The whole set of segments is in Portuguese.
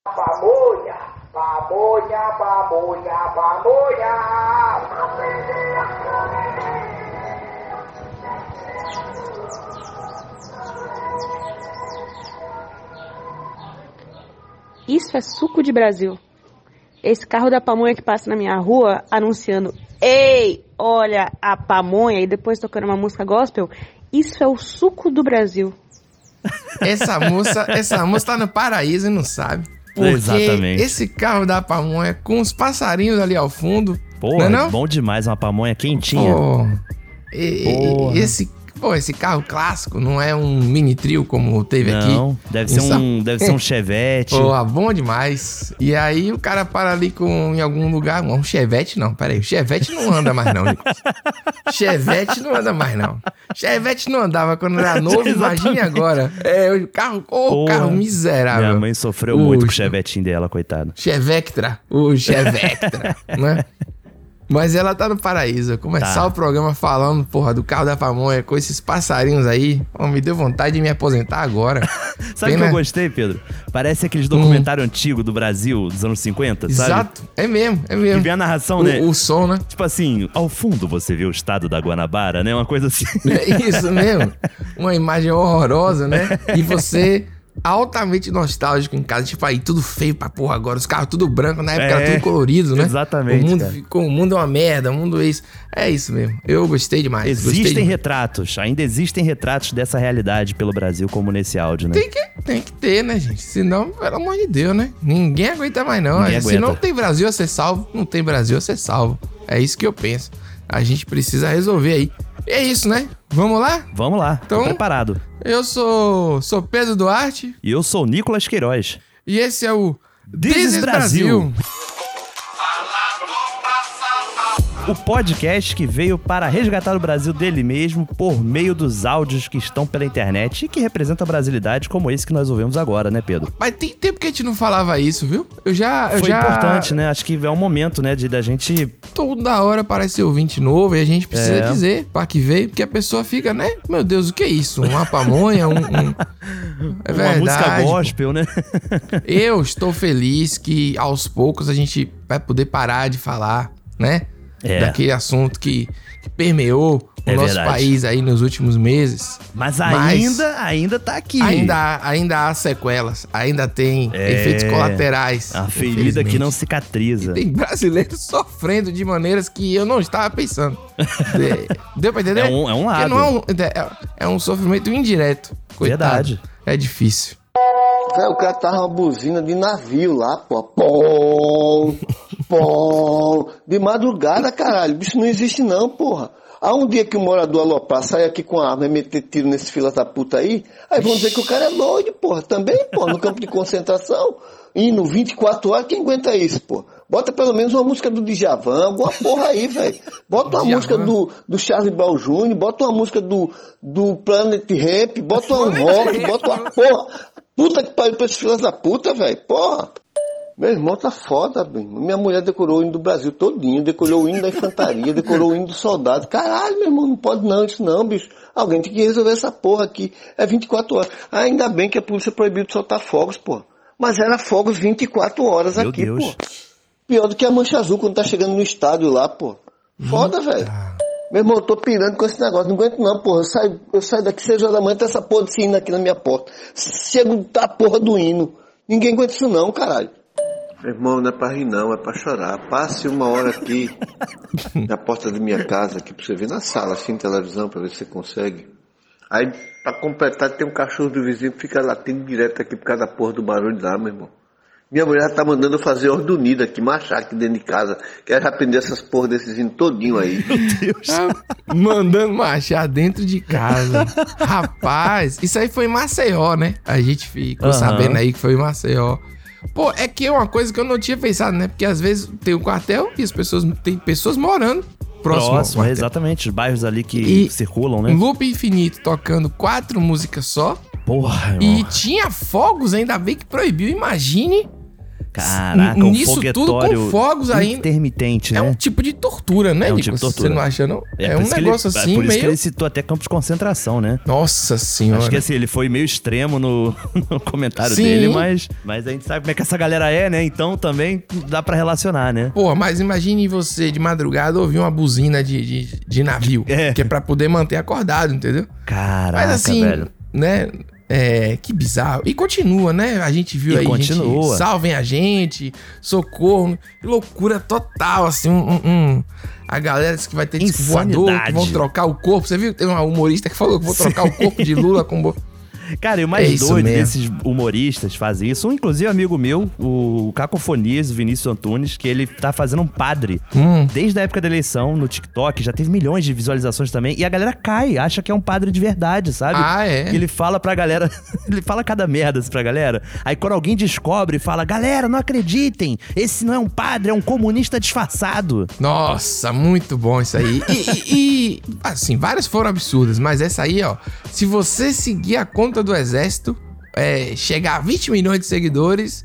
Pamonha, pamonha, pamonha, pamonha. Isso é suco de Brasil. Esse carro da pamonha que passa na minha rua anunciando: ei, olha a pamonha, e depois tocando uma música gospel. Isso é o suco do Brasil. Essa moça tá no paraíso e não sabe. Porque exatamente. Esse carro da pamonha com os passarinhos ali ao fundo. Porra, não é não? Bom demais uma pamonha quentinha. Esse carro clássico não é um mini trio como teve aqui. Não, deve ser um Chevette. Pô, bom demais. E aí o cara para ali em algum lugar. Um Chevette não, peraí. O Chevette não anda mais não, Nicolas. Chevette não anda mais não. Chevette não andava quando era novo, imagine agora. O carro miserável. Minha mãe sofreu muito com o Chevetinho dela, coitada. Chevectra, o Chevectra, né? Mas ela tá no paraíso. Começar o programa falando, porra, do carro da pamonha com esses passarinhos aí. Me deu vontade de me aposentar agora. Sabe o que eu gostei, Pedro? Parece aqueles documentário antigo do Brasil dos anos 50, sabe? Exato. É mesmo. Que vem a narração, né? O som, né? Tipo assim, ao fundo você vê o estado da Guanabara, né? Uma coisa assim. É isso mesmo. Uma imagem horrorosa, né? E você... altamente nostálgico em casa, tipo aí, tudo feio pra porra agora, os carros tudo branco, na época era tudo colorido, né? Exatamente, o mundo é uma merda, o mundo é isso. É isso mesmo, eu gostei demais. Ainda existem retratos dessa realidade pelo Brasil, como nesse áudio, né? Tem que ter, né, gente? Senão, pelo amor de Deus, né? Ninguém aguenta mais não. Se não tem Brasil a ser salvo, não tem Brasil a ser salvo. É isso que eu penso. A gente precisa resolver aí. E é isso, né? Vamos lá? Vamos lá, então, tô preparado. Eu sou Pedro Duarte. E eu sou Nicolas Queiroz. E esse é o This is Brasil. O podcast que veio para resgatar o Brasil dele mesmo por meio dos áudios que estão pela internet e que representa a brasilidade como esse que nós ouvimos agora, né, Pedro? Mas tem tempo que a gente não falava isso, viu? Foi importante, né? Acho que é um momento, né, da gente... Toda hora aparece ouvinte novo e a gente precisa dizer pra que veio, porque a pessoa fica, né? Meu Deus, o que é isso? Uma pamonha, É verdade. Uma música gospel, né? Eu estou feliz que aos poucos a gente vai poder parar de falar, né? Daquele assunto que permeou o nosso país aí nos últimos meses. Mas ainda tá aqui. Ainda há sequelas, ainda tem efeitos colaterais. A ferida que não cicatriza. E tem brasileiros sofrendo de maneiras que eu não estava pensando. Deu pra entender? É um lado. É um sofrimento indireto. Coitado. Verdade. É difícil. Velho, o cara tava uma buzina de navio lá, pô. Pom, pom. De madrugada, caralho. Bicho não existe não, porra. Há um dia que o morador aloprar sai aqui com a arma e meter tiro nesse fila da puta aí vão dizer que o cara é doido, porra. Também, porra, no campo de concentração, indo 24 horas, quem aguenta isso, porra? Bota pelo menos uma música do Djavan, alguma porra aí, velho. Bota uma música do Charlie Brown Jr., bota uma música do Planet Ramp, bota um rock, bota uma porra. Puta que pariu pra esses filhos da puta, velho. Porra. Meu irmão tá foda, bem. Minha mulher decorou o hino do Brasil todinho, decorou o hino da infantaria, decorou o hino do soldado. Caralho, meu irmão, não pode não, isso não, bicho. Alguém tem que resolver essa porra aqui. É 24 horas. Ainda bem que a polícia proibiu de soltar fogos, pô. Mas era fogos 24 horas Meu aqui, Deus. pô. Pior do que a Mancha Azul quando tá chegando no estádio lá, pô. Foda, velho. Meu irmão, eu tô pirando com esse negócio. Não aguento não, porra. Eu saio daqui 6 horas da manhã, tem essa porra desse hino aqui na minha porta. Chego da porra do hino. Ninguém aguenta isso não, caralho. Meu irmão, não é pra rir não, é pra chorar. Passe uma hora aqui na porta da minha casa, aqui pra você ver na sala, assim, televisão, pra ver se você consegue. Aí, pra completar, tem um cachorro do vizinho que fica latindo direto aqui por causa da porra do barulho lá, meu irmão. Minha mulher tá mandando eu fazer ordem unida aqui, marchar aqui dentro de casa. Quero aprender essessas porra desses hinos todinho aí. Meu Deus. Mandando marchar dentro de casa. Rapaz, isso aí foi em Maceió, né? A gente ficou sabendo aí que foi em Maceió. Pô, é que é uma coisa que eu não tinha pensado, né? Porque às vezes tem o quartel e tem pessoas morando próximo exatamente. Os bairros ali que circulam, né? Loop Infinito tocando 4 músicas só. Porra, irmão. E tinha fogos, ainda bem que proibiu. Imagine Caraca, um nisso tudo com fogos ainda. Intermitente, né? É um tipo de tortura, né, É um Nicolas? tipo de tortura. Você não acha, não? É por um isso que negócio ele, assim, por isso meio... que ele citou até campos de concentração, né? Nossa senhora. Acho que assim, ele foi meio extremo no comentário Sim. dele, mas a gente sabe como é que essa galera é, né? Então também dá pra relacionar, né? Porra, mas imagine você de madrugada ouvir uma buzina de navio. Que é pra poder manter acordado, entendeu? Caraca, mas assim, velho. né? Que bizarro. E continua, né? A gente viu E aí, continua. gente, salvem a gente, socorro. Que loucura total, assim, a galera disse que vai ter disco voador, que vão trocar o corpo. Você viu? Tem uma humorista que falou que vou trocar o corpo de Lula com... Cara, e o mais doido desses humoristas fazem isso, um inclusive amigo meu, o Cacofonias, o Vinícius Antunes, que ele tá fazendo um padre desde a época da eleição no TikTok, já teve milhões de visualizações também, e a galera cai, acha que é um padre de verdade, sabe? Ah, é? Que ele fala pra galera, ele fala cada merda assim pra galera, aí quando alguém descobre, fala, galera, não acreditem, esse não é um padre, é um comunista disfarçado. Nossa, muito bom isso aí. E assim, várias foram absurdas, mas essa aí, ó, se você seguir a conta do Exército, chegar a 20 milhões de seguidores,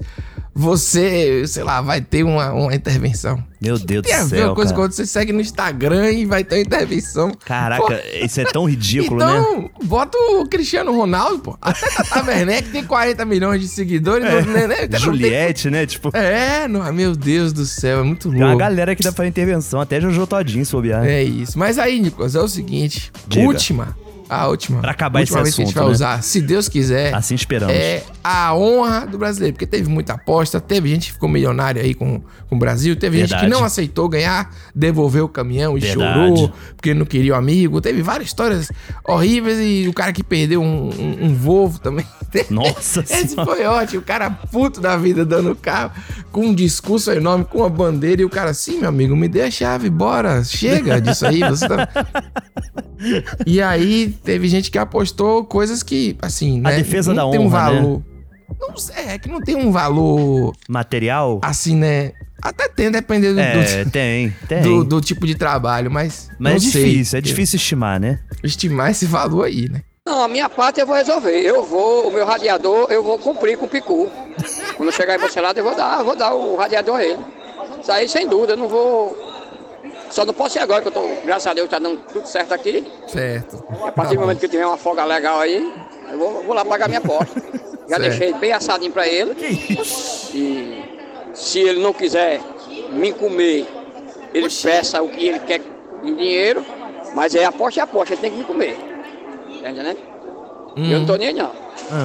você, sei lá, vai ter uma intervenção. Meu Deus do Tem a ver céu, uma coisa cara. quando você segue no Instagram e vai ter uma intervenção. Caraca, Pô, isso é tão ridículo, né? então, bota o Cristiano Ronaldo, pô. Até Tata Werneck tem 40 milhões de seguidores. Né? Juliette, né? Tipo, Meu Deus do céu, é muito tem uma louco. galera que dá pra intervenção, até Jojo Todinho, se bobear. É isso. Mas aí, Nicolas, é o seguinte. Diga. A última. Pra acabar esse última vez que a gente assunto, vai né? usar, se Deus quiser. Assim esperamos. É a honra do brasileiro. Porque teve muita aposta, teve gente que ficou milionária aí com o Brasil, teve gente que não aceitou ganhar, devolveu o caminhão e chorou, porque não queria o amigo. Teve várias histórias horríveis e o cara que perdeu um Volvo também. Nossa Esse senhora. foi ótimo. O cara puto da vida dando o carro, com um discurso enorme, com uma bandeira. E o cara, assim, meu amigo, me dê a chave, bora. Chega disso aí. Você tá... E aí, teve gente que apostou coisas que, assim, né? A defesa não da tem um honra, valor. né? Não sei, que não tem um valor, Material? assim, né? Até tem, dependendo Tem. do tipo de trabalho, mas Mas não é difícil, sei. é difícil estimar, né? Estimar esse valor aí, né? Não, a minha parte eu vou resolver. O meu radiador, eu vou cumprir com o Picu. Quando eu chegar em Bocelado, eu vou dar o radiador a ele. Isso aí, sem dúvida, eu não vou... Só não posso ir agora, que eu tô, graças a Deus, tá dando tudo certo aqui. Certo. A partir do momento que eu tiver uma folga legal aí, eu vou lá pagar minha aposta. Já deixei bem assadinho pra ele. E se ele não quiser me comer, ele peça o que ele quer em dinheiro, mas aposta, ele tem que me comer. Tá entendendo? Eu não tô nem aí, não.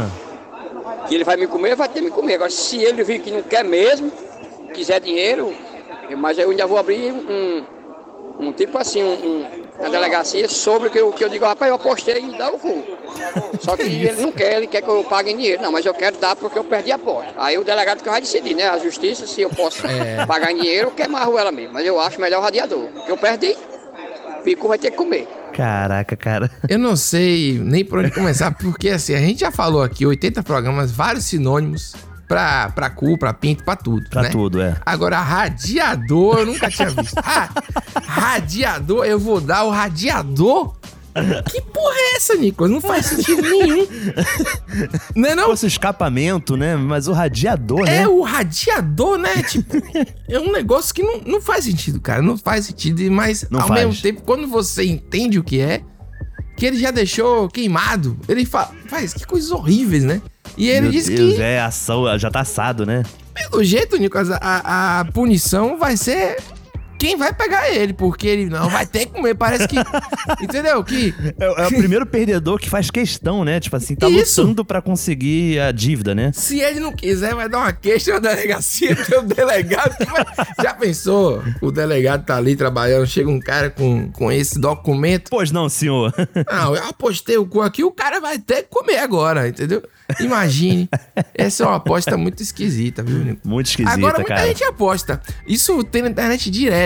Que ele vai me comer, vai ter que me comer. Agora, se ele vir que não quer mesmo, quiser dinheiro, mas eu ainda vou abrir um tipo assim, uma delegacia sobre o que eu digo, rapaz, eu apostei e dá o cu. Só que ele não quer, ele quer que eu pague em dinheiro. Não, mas eu quero dar porque eu perdi a aposta. Aí o delegado que vai decidir, né? A justiça, se eu posso pagar em dinheiro ou quer amarro ela mesmo. Mas eu acho melhor o radiador. Porque eu perdi, Pico vai ter que comer. Caraca, cara. Eu não sei nem por onde começar, porque assim, a gente já falou aqui, 80 programas, vários sinônimos pra cu, pra pinto, pra tudo, Pra né? tudo, Agora, radiador, eu nunca tinha visto. Radiador, eu vou dar o radiador? Que porra é essa, Nicolas? Não faz sentido nenhum. Não é não? Fosse o escapamento, né? Mas o radiador, né? É o radiador, né? Tipo, é um negócio que não faz sentido, cara. Não faz sentido, mas Não ao faz. mesmo tempo, quando você entende o que é, que ele já deixou queimado, ele faz que coisas horríveis, né? E ele Meu disse Deus, que, ação, já tá assado, né? pelo jeito, Nicolas, a punição vai ser quem vai pegar ele, porque ele não vai ter que comer, parece que... Entendeu? Que... É o primeiro perdedor que faz questão, né? Tipo assim, tá Isso. lutando pra conseguir a dívida, né? Se ele não quiser, vai dar uma queixa na delegacia, tem o delegado que vai... Já pensou? O delegado tá ali trabalhando, chega um cara com esse documento. Pois não, senhor. Não, eu apostei o cu aqui, o cara vai ter que comer agora, entendeu? Imagine. Essa é uma aposta muito esquisita, viu, Nico? Muito esquisita, Agora muita cara. gente aposta. Isso tem na internet direto.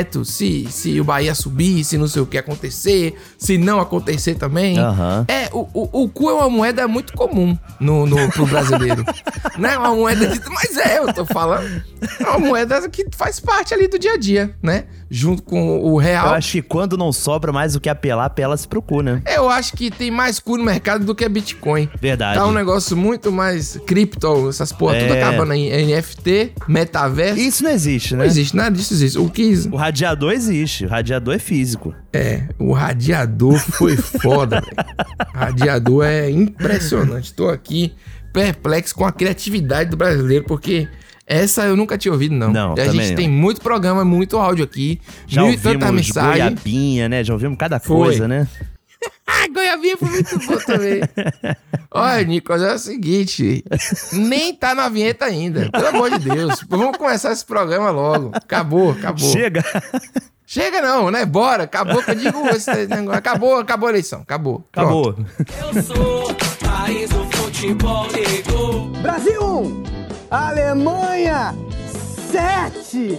direto se o Bahia subir, se não sei o que acontecer, se não acontecer também. O cu é uma moeda muito comum pro brasileiro. Não é uma moeda mas eu tô falando. É uma moeda que faz parte ali do dia a dia, né? Junto com o real. Eu acho que quando não sobra mais o que apelar, apela-se pro cu, né? Eu acho que tem mais cu no mercado do que Bitcoin. Verdade. Tá um negócio muito mais cripto, essas porra, tudo acabando em NFT, metaverso. Isso não existe, né? Não existe, nada disso existe. O radiador existe, o radiador é físico. O radiador foi foda, velho. Radiador é impressionante. Tô aqui perplexo com a criatividade do brasileiro, porque essa eu nunca tinha ouvido, não. Não, a gente tem muito programa, muito áudio aqui. Já ouvimos goiabinha, né? Já ouvimos cada coisa, né? Goiabinha foi muito bom também. Olha, Nicolas, é o seguinte. Nem tá na vinheta ainda. Pelo amor de Deus. Vamos começar esse programa logo. Acabou. Chega não, né? Bora. Acabou que eu digo esse negócio. Acabou a eleição. Acabou. Eu sou país do futebol negro. Brasil 1, Alemanha 7.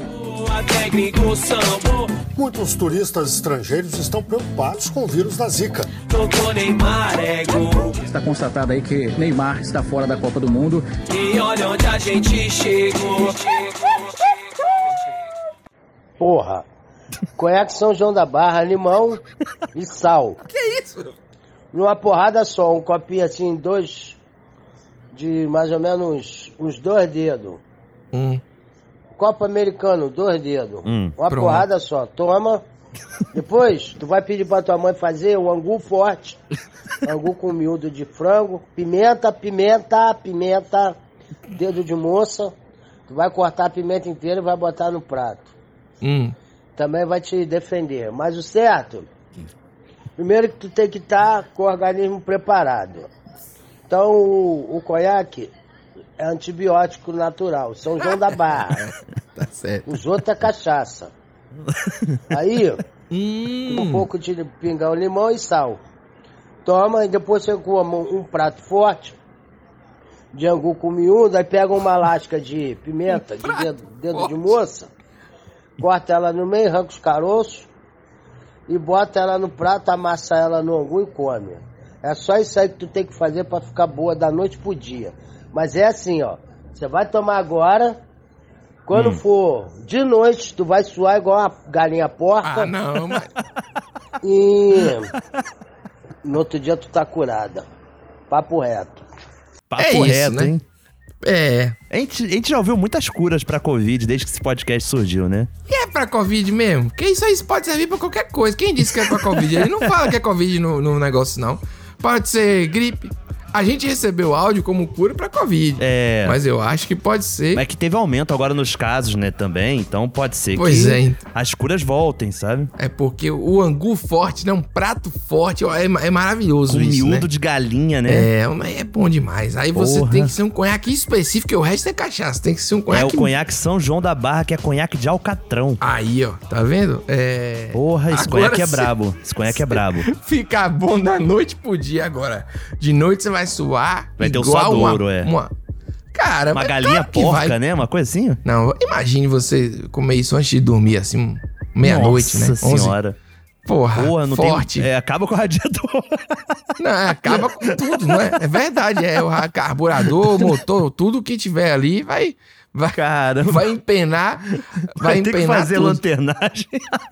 Muitos turistas estrangeiros estão preocupados com o vírus da Zika. Está constatado aí que Neymar está fora da Copa do Mundo. E olha onde a gente chegou. Porra. Conhaque São João da Barra, limão e sal. Que isso? Numa porrada só, um copinho assim, de mais ou menos uns 2 dedos. Copo americano, 2 dedos. Uma pronto. porrada só. Toma. Depois, tu vai pedir pra tua mãe fazer o angu forte. Angu com miúdo de frango. Pimenta. Dedo de moça. Tu vai cortar a pimenta inteira e vai botar no prato. Também vai te defender. Mas o certo, primeiro que tu tem que estar com o organismo preparado. Então, o conhaque é antibiótico natural, São João da Barra. Tá certo. Os outros é cachaça. Aí, um pouco de pingão, limão e sal. Toma e depois você come um prato forte de angu com miúdo, aí pega uma lasca de pimenta, de dedo de moça, corta ela no meio, arranca os caroços e bota ela no prato, amassa ela no angu e come. É só isso aí que tu tem que fazer pra ficar boa da noite pro dia. Mas é assim, ó. Você vai tomar agora. Quando for de noite, tu vai suar igual uma galinha porca. Ah, não, mas... E no outro dia tu tá curada. Papo reto. Papo reto, né? hein? A gente já ouviu muitas curas pra Covid desde que esse podcast surgiu, né? E é pra Covid mesmo? Porque isso aí pode servir pra qualquer coisa. Quem disse que é pra Covid? Ele não fala que é Covid no negócio, não. Pode ser gripe. A gente recebeu áudio como cura pra Covid. Mas eu acho que pode ser. É que teve aumento agora nos casos, né, também. Então pode ser as curas voltem, sabe? É porque o angu forte, né? Um prato forte. É maravilhoso com isso, miúdo né? de galinha, né? É bom demais. Aí você tem que ser um conhaque específico, e o resto é cachaça. Tem que ser um conhaque... É o conhaque São João da Barra, que é conhaque de alcatrão. Aí, ó. Tá vendo? Porra, esse conhaque é brabo. Esse conhaque é brabo. Fica bom da noite pro dia agora. De noite você vai suar. Vai ter o suadouro, Cara, uma galinha porca, né? Uma coisa assim? Não, imagine você comer isso antes de dormir, assim, meia-noite, né? Nossa senhora. Porra, não forte. Acaba com o radiador. Não, acaba com tudo, não é? É verdade, o carburador, motor, tudo que tiver ali vai empenar. Vai ter que fazer tudo. Lanternagem.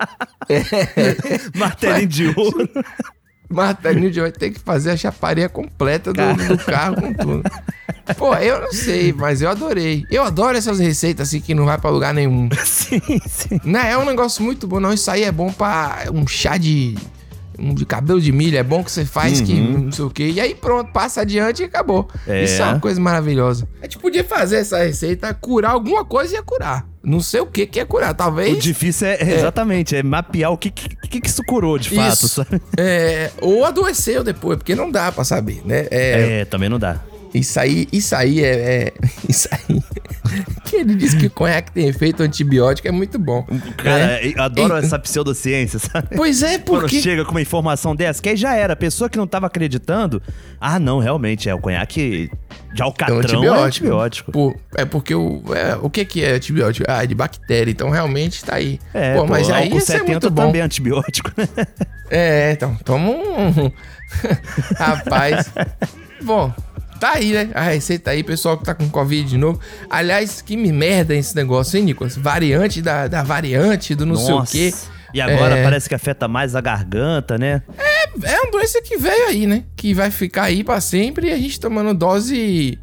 Martelinho de ouro. Martelinho de ouro, tem que fazer a chaparia completa do carro com tudo. Pô, eu não sei, mas eu adorei. Eu adoro essas receitas assim que não vai pra lugar nenhum. Sim. Não, é um negócio muito bom, não. Isso aí é bom pra um chá de cabelo de milho. É bom que você faz que não sei o quê. E aí pronto, passa adiante e acabou. Isso é uma coisa maravilhosa. A gente podia fazer essa receita, curar alguma coisa e ia curar. Não sei o que ia curar, talvez... O difícil exatamente, é mapear o que isso curou de fato, sabe? Ou adoeceu depois, porque não dá pra saber, né? Também não dá. Isso aí Isso aí. Que ele disse que o conhaque tem efeito antibiótico, é muito bom. Cara, eu adoro essa pseudociência, sabe? Pois é, porque... Quando chega com uma informação dessa, que aí já era, a pessoa que não tava acreditando, não, realmente, o conhaque de alcatrão é antibiótico. É porque o que é antibiótico? É de bactéria, então realmente tá aí. Mas aí isso é muito bom. Também é antibiótico, né? Então, toma um... Rapaz, bom... Tá aí, né? A receita aí, pessoal que tá com Covid de novo. Aliás, que merda esse negócio, hein, Nicolas? Variante da variante do não sei o quê. E agora parece que afeta mais a garganta, né? É uma doença que veio aí, né? Que vai ficar aí pra sempre e a gente tomando dose...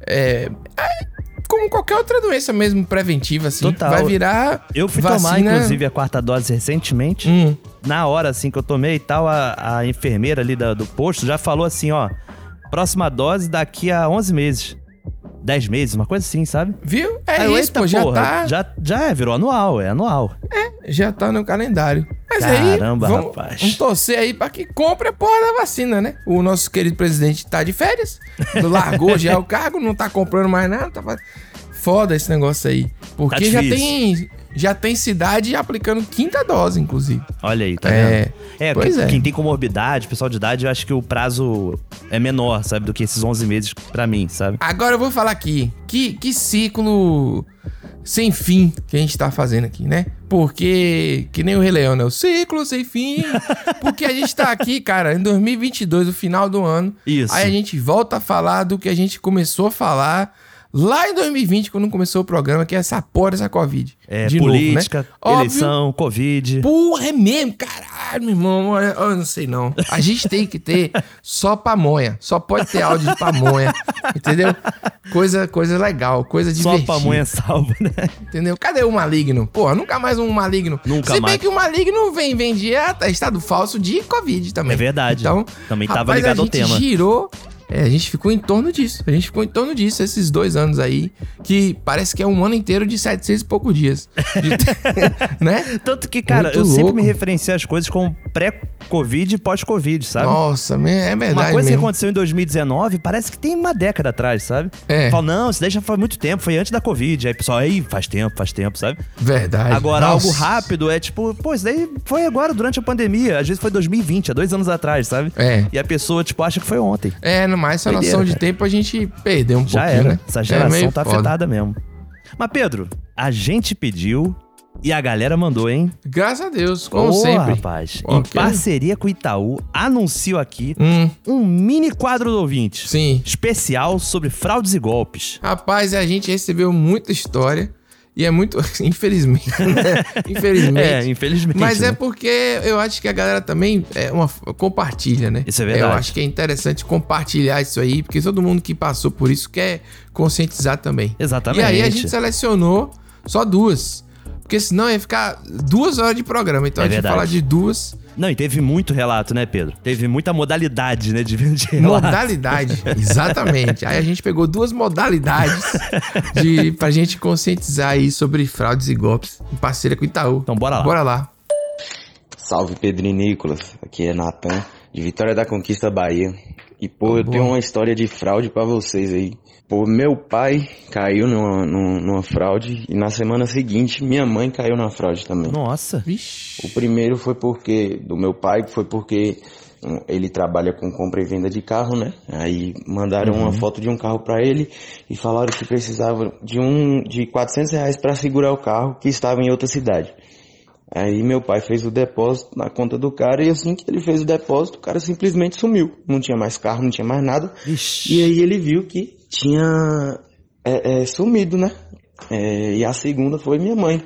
como qualquer outra doença mesmo, preventiva, assim. Total. Vai virar Eu fui vacina... tomar, inclusive, a 4ª dose recentemente. Na hora, assim, que eu tomei e tal, a enfermeira ali do posto já falou assim, ó... Próxima dose daqui a 11 meses. 10 meses, uma coisa assim, sabe? Viu? Isso, pô, já tá... Já virou anual, é anual. Já tá no calendário. Mas caramba, aí, rapaz. Vamos torcer aí pra que compre a porra da vacina, né? O nosso querido presidente tá de férias, largou já o cargo, não tá comprando mais nada, foda esse negócio aí. Porque tá já tem cidade aplicando 5ª dose, inclusive. Olha aí, tá vendo? Quem tem comorbidade, pessoal de idade, eu acho que o prazo é menor, sabe? Do que esses 11 meses pra mim, sabe? Agora eu vou falar aqui, que ciclo sem fim que a gente tá fazendo aqui, né? Porque, que nem o Rei Leão, né? O ciclo sem fim. Porque a gente tá aqui, cara, em 2022, no final do ano. Isso. Aí a gente volta a falar do que a gente começou a falar... Lá em 2020, quando começou o programa, que é essa porra dessa Covid. De política, novo, né? Eleição, Covid. Porra, é mesmo? Caralho, meu irmão. Eu não sei não. A gente tem que ter só pamonha. Só pode ter áudio de pamonha. Entendeu? Coisa legal, coisa divertida. Só pamonha salva, né? Entendeu? Cadê o maligno? Porra, nunca mais um maligno. Nunca mais. Se bem que o maligno vendia estado falso de Covid também. É verdade. Então, também tava ligado ao tema. A gente girou... a gente ficou em torno disso. Esses 2 anos aí, que parece que é um ano inteiro de 700 e poucos dias. Né? Tanto que, cara, muito eu louco. Sempre me referencio às coisas como pré-Covid e pós-Covid, sabe? Nossa, é verdade. Uma coisa mesmo. que aconteceu em 2019, parece que tem uma década atrás, sabe? Fala, não, isso daí já foi muito tempo, foi antes da Covid. Aí o pessoal, faz tempo, sabe? Verdade. Agora, algo rápido é tipo, isso daí foi agora, durante a pandemia. Às vezes foi 2020, há 2 anos atrás, sabe? E a pessoa, acha que foi ontem. Mas essa noção de tempo a gente perdeu um pouquinho, né? Essa geração tá afetada mesmo. Mas, Pedro, a gente pediu e a galera mandou, hein? Graças a Deus, como sempre. Rapaz, em parceria com o Itaú, anuncio aqui um mini quadro do ouvinte. Sim. Especial sobre fraudes e golpes. Rapaz, a gente recebeu muita história. E é muito... Infelizmente, né? Infelizmente. Mas né? É porque eu acho que a galera também compartilha, né? Isso é verdade. Eu acho que é interessante compartilhar isso aí, porque todo mundo que passou por isso quer conscientizar também. Exatamente. E aí a gente selecionou só 2. Porque senão ia ficar 2 horas de programa. Então a gente vai falar de 2... Não, e teve muito relato, né, Pedro? Teve muita modalidade, né, de relato. Modalidade, exatamente. Aí a gente pegou 2 modalidades pra gente conscientizar aí sobre fraudes e golpes em parceria com o Itaú. Então bora lá. Bora lá. Salve, Pedro e Nicolas. Aqui é Natan, de Vitória da Conquista, Bahia. E, eu tenho uma história de fraude pra vocês aí. Meu pai caiu numa fraude e na semana seguinte minha mãe caiu na fraude também. Nossa. O primeiro foi do meu pai, foi porque ele trabalha com compra e venda de carro, né? Aí mandaram uma foto de um carro pra ele e falaram que precisava de R$400 pra segurar o carro que estava em outra cidade. Aí meu pai fez o depósito na conta do cara e assim que ele fez o depósito, o cara simplesmente sumiu. Não tinha mais carro, não tinha mais nada. Ixi. E aí ele viu que tinha sumido, né? E a segunda foi minha mãe.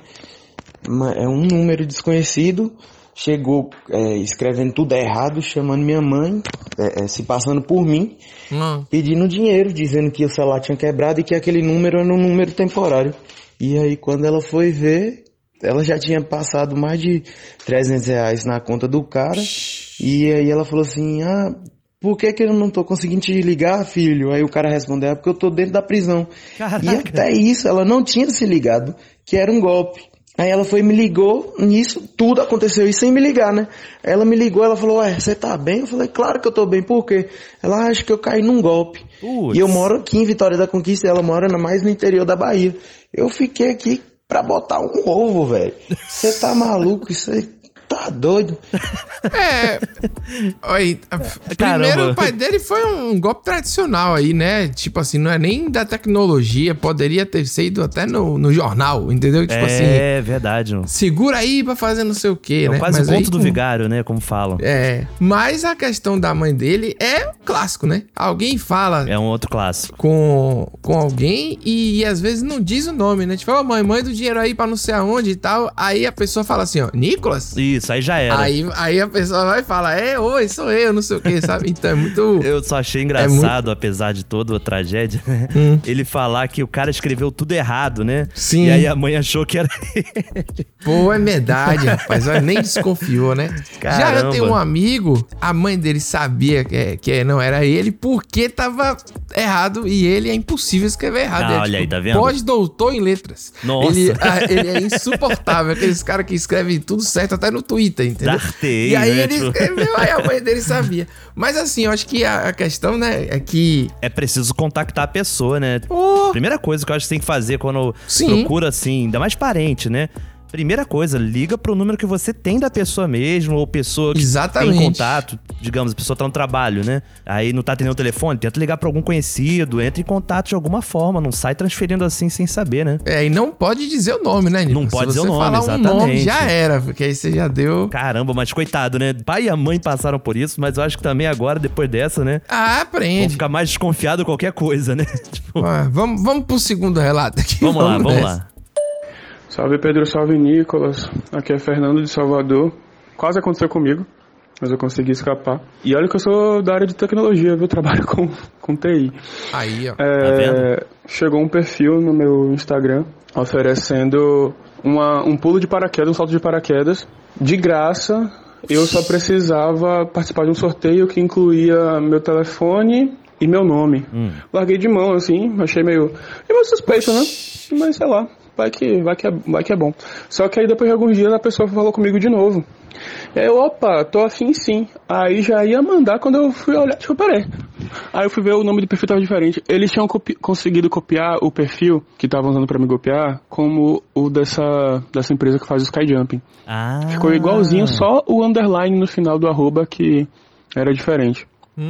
É um número desconhecido, chegou escrevendo tudo errado, chamando minha mãe, se passando por mim, pedindo dinheiro, dizendo que o celular tinha quebrado e que aquele número era um número temporário. E aí quando ela foi ver, ela já tinha passado mais de R$300 na conta do cara. E aí ela falou assim, por que eu não tô conseguindo te ligar, filho? Aí o cara respondeu, porque eu tô dentro da prisão. Caraca. E até isso, ela não tinha se ligado que era um golpe. Aí ela foi e me ligou, nisso tudo aconteceu isso sem me ligar, né? Ela me ligou, ela falou, você tá bem? Eu falei, claro que eu tô bem, por quê? Ela acha que eu caí num golpe. Putz. E eu moro aqui em Vitória da Conquista e ela mora mais no interior da Bahia. Eu fiquei aqui pra botar um ovo, velho. Você tá maluco? Isso aí tá doido. Oi, primeiro o pai dele foi um golpe tradicional aí, né? Tipo assim, não é nem da tecnologia, poderia ter sido até no jornal, entendeu? Tipo assim. É verdade. Não. Segura aí pra fazer não sei o quê, né? Quase o conto do vigário, né? Como falam. Mas a questão da mãe dele é um clássico, né? Alguém fala... É um outro clássico. Com alguém e às vezes não diz o nome, né? Tipo, mãe, manda o dinheiro aí pra não sei aonde e tal. Aí a pessoa fala assim, Nicolas? Isso, aí já era. Aí a pessoa vai e fala, oi, sou eu, não sei o que, sabe? Então é muito... Eu só achei engraçado, apesar de toda a tragédia, né? Ele falar que o cara escreveu tudo errado, né? Sim. E aí a mãe achou que era ele. Pô, é verdade, rapaz. Nem desconfiou, né? Caramba. Já eu tenho um amigo, a mãe dele sabia que não era ele, porque tava errado e ele é impossível escrever errado. Olha aí, tá vendo? Pós-doutor em letras. Nossa. Ele é insuportável, aqueles caras que escrevem tudo certo até no Twitter, entendeu? Dartei, e aí né, ele escreveu, aí a mãe dele sabia. Mas assim, eu acho que a questão, né, é que... É preciso contactar a pessoa, né? Primeira coisa que eu acho que você tem que fazer quando procura, assim, ainda mais parente, né? Primeira coisa, liga pro número que você tem da pessoa mesmo, ou pessoa que tem contato. Digamos, a pessoa tá no trabalho, né? Aí não tá atendendo o telefone, tenta ligar pra algum conhecido, entra em contato de alguma forma, não sai transferindo assim sem saber, né? E não pode dizer o nome, né, Nico? Não pode dizer o nome, falar exatamente. Um nome, já era, porque aí você já deu... Caramba, mas coitado, né? Pai e a mãe passaram por isso, mas eu acho que também agora, depois dessa, né? Aprende. Vão ficar mais desconfiado de qualquer coisa, né? Tipo... Vamos pro segundo relato aqui. Vamos lá. Salve Pedro, salve Nicolas. Aqui é Fernando de Salvador. Quase aconteceu comigo, mas eu consegui escapar. E olha que eu sou da área de tecnologia, viu? Trabalho com TI. Aí, ó. Tá vendo? Chegou um perfil no meu Instagram oferecendo um pulo de paraquedas, um salto de paraquedas. De graça, eu só precisava participar de um sorteio que incluía meu telefone e meu nome. Larguei de mão, assim, achei meio suspeito, né? Mas sei lá. Vai que é bom. Só que aí depois de alguns dias a pessoa falou comigo de novo. E aí eu, tô afim sim. Aí já ia mandar quando eu fui olhar, peraí. Aí eu fui ver, o nome do perfil tava diferente. Eles tinham conseguido copiar o perfil que estavam usando pra me copiar como o dessa empresa que faz o Skyjumping. Ficou igualzinho, só o underline no final do arroba que era diferente.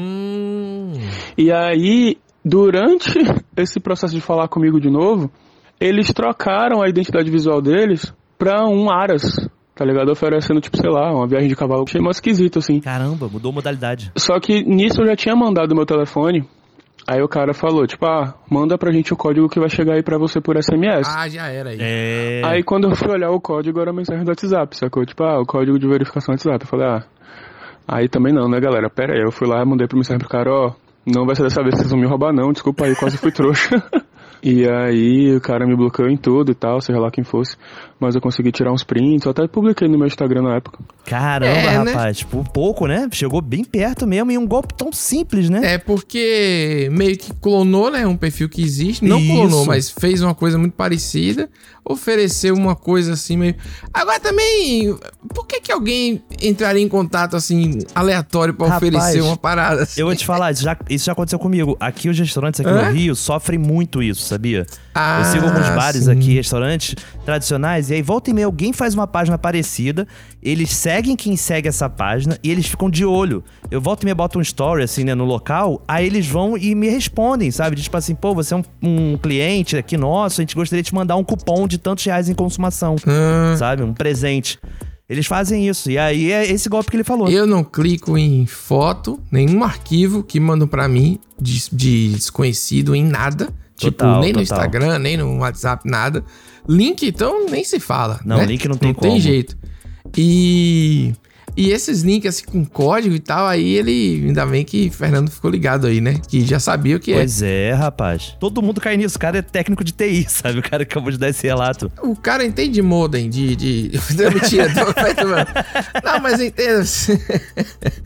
E aí, durante esse processo de falar comigo de novo, eles trocaram a identidade visual deles pra um Aras, tá ligado? Oferecendo, sei lá, uma viagem de cavalo. Achei mais esquisito, assim. Caramba, mudou a modalidade. Só que nisso eu já tinha mandado meu telefone. Aí o cara falou, manda pra gente o código que vai chegar aí pra você por SMS. Já era aí. Aí quando eu fui olhar o código, era a mensagem do WhatsApp, sacou? O código de verificação do WhatsApp. Eu falei, aí também não, né, galera? Pera aí, eu fui lá e mandei pro mensagem pro cara, não vai ser dessa vez que vocês vão me roubar não, desculpa aí, quase fui trouxa. E aí o cara me bloqueou em tudo e tal, seja lá quem fosse. Mas eu consegui tirar uns prints, eu até publiquei no meu Instagram na época. Caramba, rapaz, né? Pouco, né? Chegou bem perto mesmo e um golpe tão simples, né? É porque meio que clonou, né? Um perfil que existe. Não clonou, mas fez uma coisa muito parecida. Ofereceu uma coisa assim meio... Agora também, por que alguém entraria em contato assim, aleatório pra oferecer uma parada assim? Eu vou te falar, isso já aconteceu comigo. Aqui os restaurantes aqui no Rio sofrem muito isso, sabia? Eu sigo alguns bares aqui, restaurantes tradicionais, e aí volta e meia alguém faz uma página parecida, eles seguem quem segue essa página e eles ficam de olho. Eu volto e meia boto um story assim, né, no local, aí eles vão e me respondem, sabe? Tipo assim, você é um cliente aqui nosso, a gente gostaria de te mandar um cupom de tantos reais em consumação, sabe? Um presente. Eles fazem isso, e aí é esse golpe que ele falou. Eu não clico em foto, nenhum arquivo que mandam pra mim de desconhecido em nada. Nem no Instagram, nem no WhatsApp, nada. Link, então, nem se fala. Não, né? link não tem como. Não tem jeito. E esses links, assim, com código e tal, aí ele... Ainda bem que Fernando ficou ligado aí, né? Que já sabia o que Pois é, rapaz. Todo mundo cai nisso. O cara é técnico de TI, sabe? O cara acabou de dar esse relato. O cara entende de modem, Mentira, Não, mas entenda.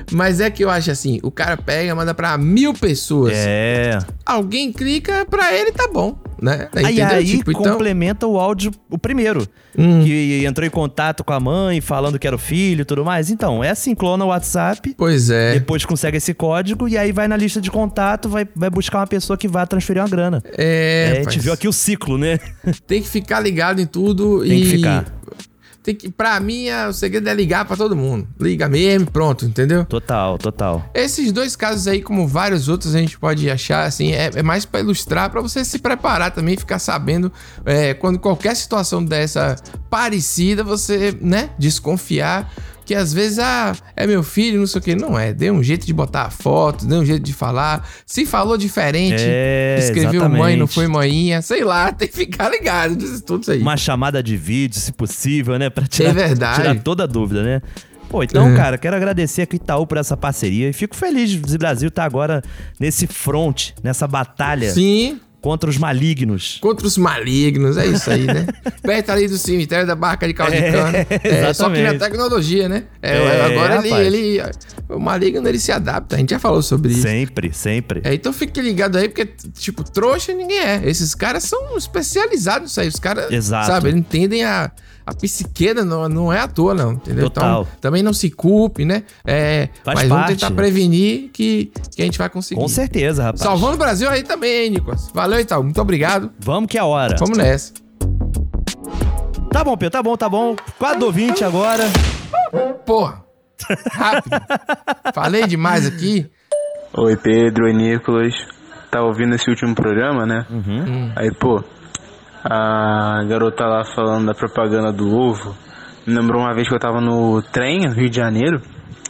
Mas é que eu acho assim, o cara pega, manda pra 1000 pessoas. Alguém clica, pra ele tá bom, né? Aí tipo, complementa o áudio, o primeiro. Que entrou em contato com a mãe, falando que era o filho e tudo mais. Então, é assim, clona o WhatsApp. Pois é. Depois consegue esse código e aí vai na lista de contato, vai buscar uma pessoa que vai transferir uma grana. A gente viu aqui o ciclo, né? Tem que ficar ligado em tudo. Tem que ficar. Pra mim, o segredo é ligar pra todo mundo. Liga mesmo, pronto, entendeu? Total. Esses 2 casos aí, como vários outros, a gente pode achar, assim, é mais pra ilustrar, pra você se preparar também, ficar sabendo, quando qualquer situação dessa parecida, você, né, desconfiar. Que às vezes, é meu filho, não sei o que. Não é, dê um jeito de botar a foto, dê um jeito de falar. Se falou diferente, escreveu mãe, não foi manhinha, sei lá, tem que ficar ligado, tudo isso aí. Uma chamada de vídeo, se possível, né? Pra tirar toda a dúvida, né? Pô, então, cara, quero agradecer aqui o Itaú por essa parceria. E fico feliz de o Brasil tá agora nesse front, nessa batalha. Sim. Contra os malignos. Contra os malignos, é isso aí, né? Perto ali do cemitério da Barca de Caldo de Cana. Só que na tecnologia, né? Agora o maligno, ele se adapta. A gente já falou sobre isso. Sempre. Então fique ligado aí, porque, tipo, trouxa ninguém é. Esses caras são especializados nisso aí. Os caras, sabe, eles entendem a psiqueira, não é à toa, não, entendeu? Total. Então, também não se culpe, né? Mas vamos tentar prevenir que a gente vai conseguir. Com certeza, rapaz. Salvando o Brasil aí também, hein, Nicolas? Valeu, Itaú. Muito obrigado. Vamos que é a hora. Vamos nessa. Tá bom, Pedro, tá bom. Quase do 20 agora. Porra. Rápido. Falei demais aqui. Oi, Pedro. Oi, Nicolas. Tá ouvindo esse último programa, né? Aí, pô, a garota lá falando da propaganda do ovo me lembrou uma vez que eu tava no trem, no Rio de Janeiro.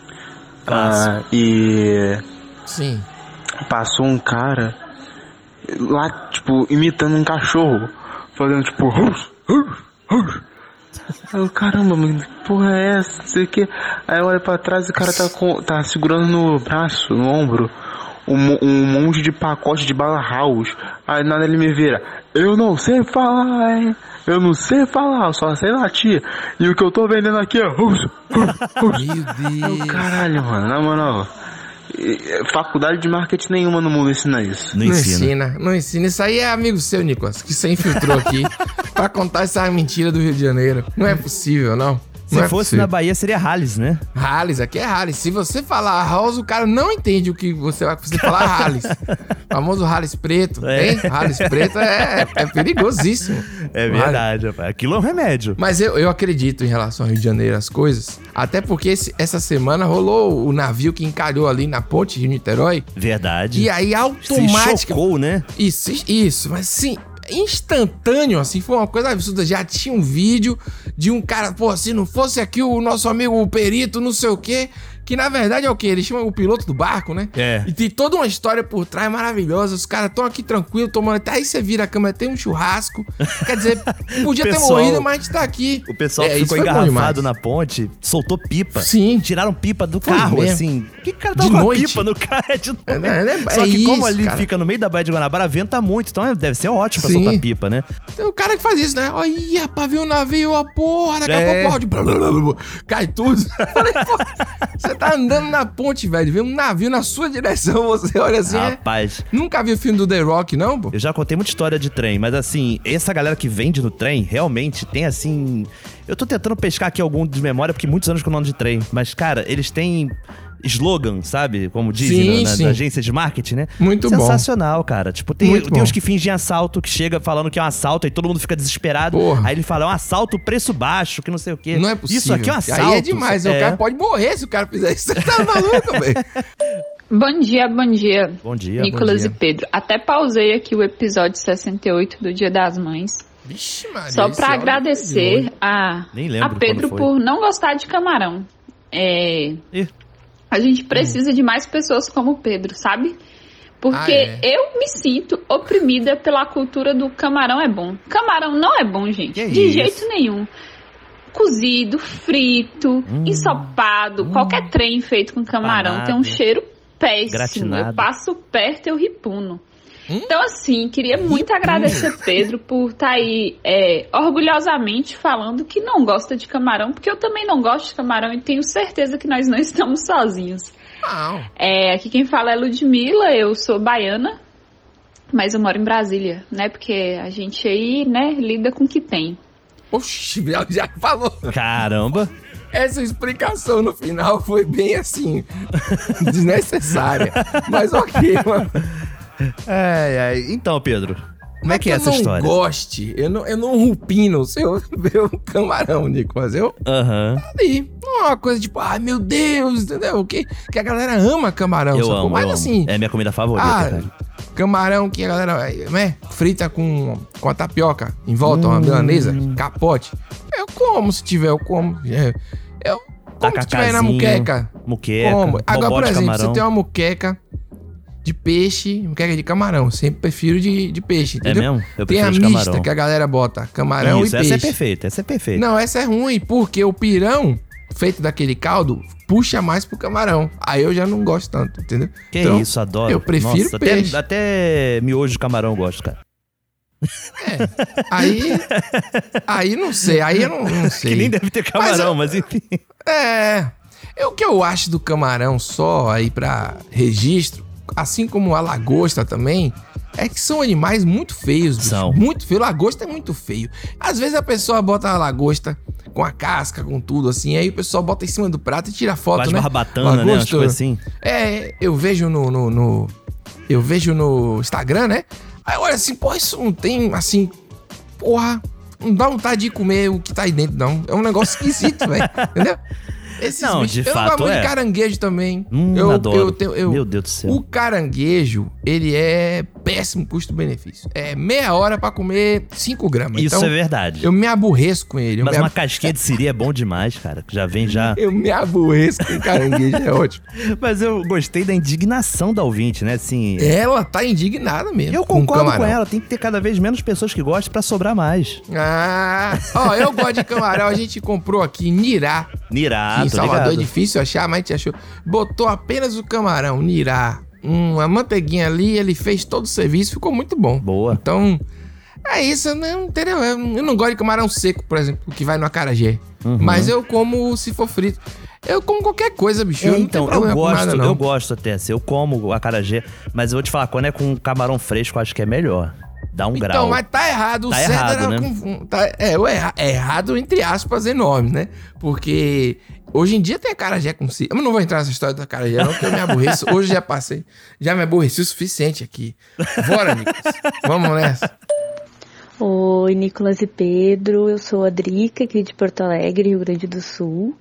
E sim, passou um cara lá, tipo, imitando um cachorro, fazendo tipo aí eu, caramba, mano, que porra é essa? Não sei o que. Aí eu olho pra trás e o cara tá segurando no braço, no ombro, um monte de pacote de bala house. Aí nada ele me vira: eu não sei falar, hein? Eu não sei falar, eu só sei latir. E o que eu tô vendendo aqui é Meu Deus. Caralho, mano, na moral, faculdade de marketing nenhuma no mundo ensina isso. Não ensina. Isso aí é amigo seu, Nicolas, que você infiltrou aqui pra contar essa mentira do Rio de Janeiro. Não é possível, não. Se fosse na Bahia, seria Halles, né? Halles, aqui é Halles. Se você falar House, o cara não entende o que você vai falar Halles. O famoso Halles preto, hein? Halles preto é perigosíssimo. É verdade, rapaz. Aquilo é um remédio. Mas eu acredito em relação ao Rio de Janeiro, as coisas. Até porque essa semana rolou o navio que encalhou ali na ponte Rio-Niterói. Verdade. E aí, automático... Se chocou, né? Isso, mas sim... instantâneo, assim, foi uma coisa absurda. Já tinha um vídeo de um cara, pô, se não fosse aqui o nosso amigo o perito, não sei o quê, que na verdade é o quê? Eles chamam o piloto do barco, né? E tem toda uma história por trás maravilhosa. Os caras estão aqui tranquilos, tomando. Até aí você vira a câmera, tem um churrasco. Quer dizer, podia ter morrido, mas a gente tá aqui. O pessoal ficou engarrafado na ponte, soltou pipa. Sim. Tiraram pipa do carro, mesmo. Assim. Que cara tá de com noite. pipa no carro? De noite. Só que como ali fica no meio da Baía de Guanabara, venta muito. Então deve ser ótimo pra soltar pipa, né? Tem um cara que faz isso, né? Olha, pra ver o navio, a porra, daqui a pouco o áudio cai tudo. Falei, pô, você tá andando na ponte, velho, vê um navio na sua direção, você olha assim, rapaz. Nunca viu o filme do The Rock, não, pô? Eu já contei muita história de trem, mas assim, essa galera que vende no trem, realmente tem assim... Eu tô tentando pescar aqui algum de memória, porque muitos anos que eu não ando de trem, mas, cara, eles têm... slogan, sabe? Como dizem na agência de marketing, né? Muito sensacional, cara. Tipo, tem os que fingem assalto, que chega falando que é um assalto, aí todo mundo fica desesperado. Porra. Aí ele fala, é um assalto preço baixo, que não sei o quê. Não é possível. Isso aqui é um assalto. Aí é demais, o cara pode morrer se o cara fizer isso. Você tá maluco, velho? Bom dia. Bom dia, Nicolas e Pedro. Até pausei aqui o episódio 68 do Dia das Mães. Vixe, Maria, só pra agradecer a Pedro por não gostar de camarão. A gente precisa de mais pessoas como o Pedro, sabe? Porque eu me sinto oprimida pela cultura do camarão é bom. Camarão não é bom, gente. De jeito nenhum. Cozido, frito, ensopado, qualquer trem feito com camarão tem um cheiro péssimo. Gratinado. Eu passo perto e eu ripuno. Então, assim, queria muito agradecer Pedro por estar aí orgulhosamente falando que não gosta de camarão, porque eu também não gosto de camarão e tenho certeza que nós não estamos sozinhos. Não. Aqui quem fala é Ludmilla, eu sou baiana, mas eu moro em Brasília, né? Porque a gente aí, né, lida com o que tem. Oxi, já falou. Caramba. Essa explicação no final foi bem assim, desnecessária. Mas ok, mano. Então, Pedro, como é que é essa história? Eu não rupino se eu ver um camarão, Nicolas. Ali, não é uma coisa tipo, ai meu Deus, entendeu? Que a galera ama camarão. Eu amo. Assim, é minha comida favorita, cara. Camarão que a galera, né, frita com a tapioca em volta, uma milanesa, capote. Eu como, se tiver, eu como. Eu como se tiver na muqueca. Como. Agora, por exemplo, você tem uma muqueca de peixe, muqueca de camarão. Eu sempre prefiro de peixe, entendeu? É mesmo? Eu tem prefiro a mista camarão. que a galera bota camarão e peixe. Essa é perfeita. Não, essa é ruim, porque o pirão feito daquele caldo puxa mais pro camarão. Aí eu já não gosto tanto, entendeu? Que então, isso, adoro. Eu prefiro peixe. Até miojo de camarão eu gosto, cara. Aí não sei, aí eu não sei. Que nem deve ter camarão, mas enfim. O que eu acho do camarão só aí pra registro, assim como a lagosta também, é que são animais muito feios, bicho. São. Muito feio. Lagosta é muito feio. Às vezes a pessoa bota a lagosta com a casca, com tudo assim, aí o pessoal bota em cima do prato e tira foto, Faz né? barbatana, lagosta, né? Umas coisas assim. Eu vejo eu vejo no Instagram, né? Aí olha assim, pô, isso não tem, assim, porra, não dá vontade de comer o que tá aí dentro, não. É um negócio esquisito, velho, entendeu? Não, de fato, eu gosto de caranguejo também. Eu adoro. Meu Deus do céu. O caranguejo, ele é péssimo custo-benefício. É meia hora pra comer 5 gramas. Isso então, é verdade. Eu me aborreço com ele. Mas uma casquinha de siri é bom demais, cara. Já vem já... Eu me aborreço com caranguejo, é ótimo. Mas eu gostei da indignação da ouvinte, né? Assim, ela tá indignada mesmo. Eu concordo com ela. Tem que ter cada vez menos pessoas que gostem pra sobrar mais. Eu gosto de camarão. A gente comprou aqui Nirá. Nirá, em Salvador é difícil achar, mas a gente achou. Botou apenas o camarão, Nirá, uma manteiguinha ali, ele fez todo o serviço, ficou muito bom. Boa. Então, é isso, entendeu? Eu não gosto de camarão seco, por exemplo, que vai no acarajé. Mas eu como se for frito. Eu como qualquer coisa, bicho. Eu gosto até, assim, eu como o acarajé, mas eu vou te falar, quando é com camarão fresco, eu acho que é melhor. Dá um grau. Então, mas tá errado. Tá errado, né? Errado entre aspas enorme, né? Porque hoje em dia tem acarajé com si. Eu não vou entrar nessa história do acarajé não, porque eu me aborreço. Hoje já passei. Já me aborreci o suficiente aqui. Bora, Nicolas. Vamos nessa. Oi, Nicolas e Pedro. Eu sou a Drica, aqui de Porto Alegre, Rio Grande do Sul.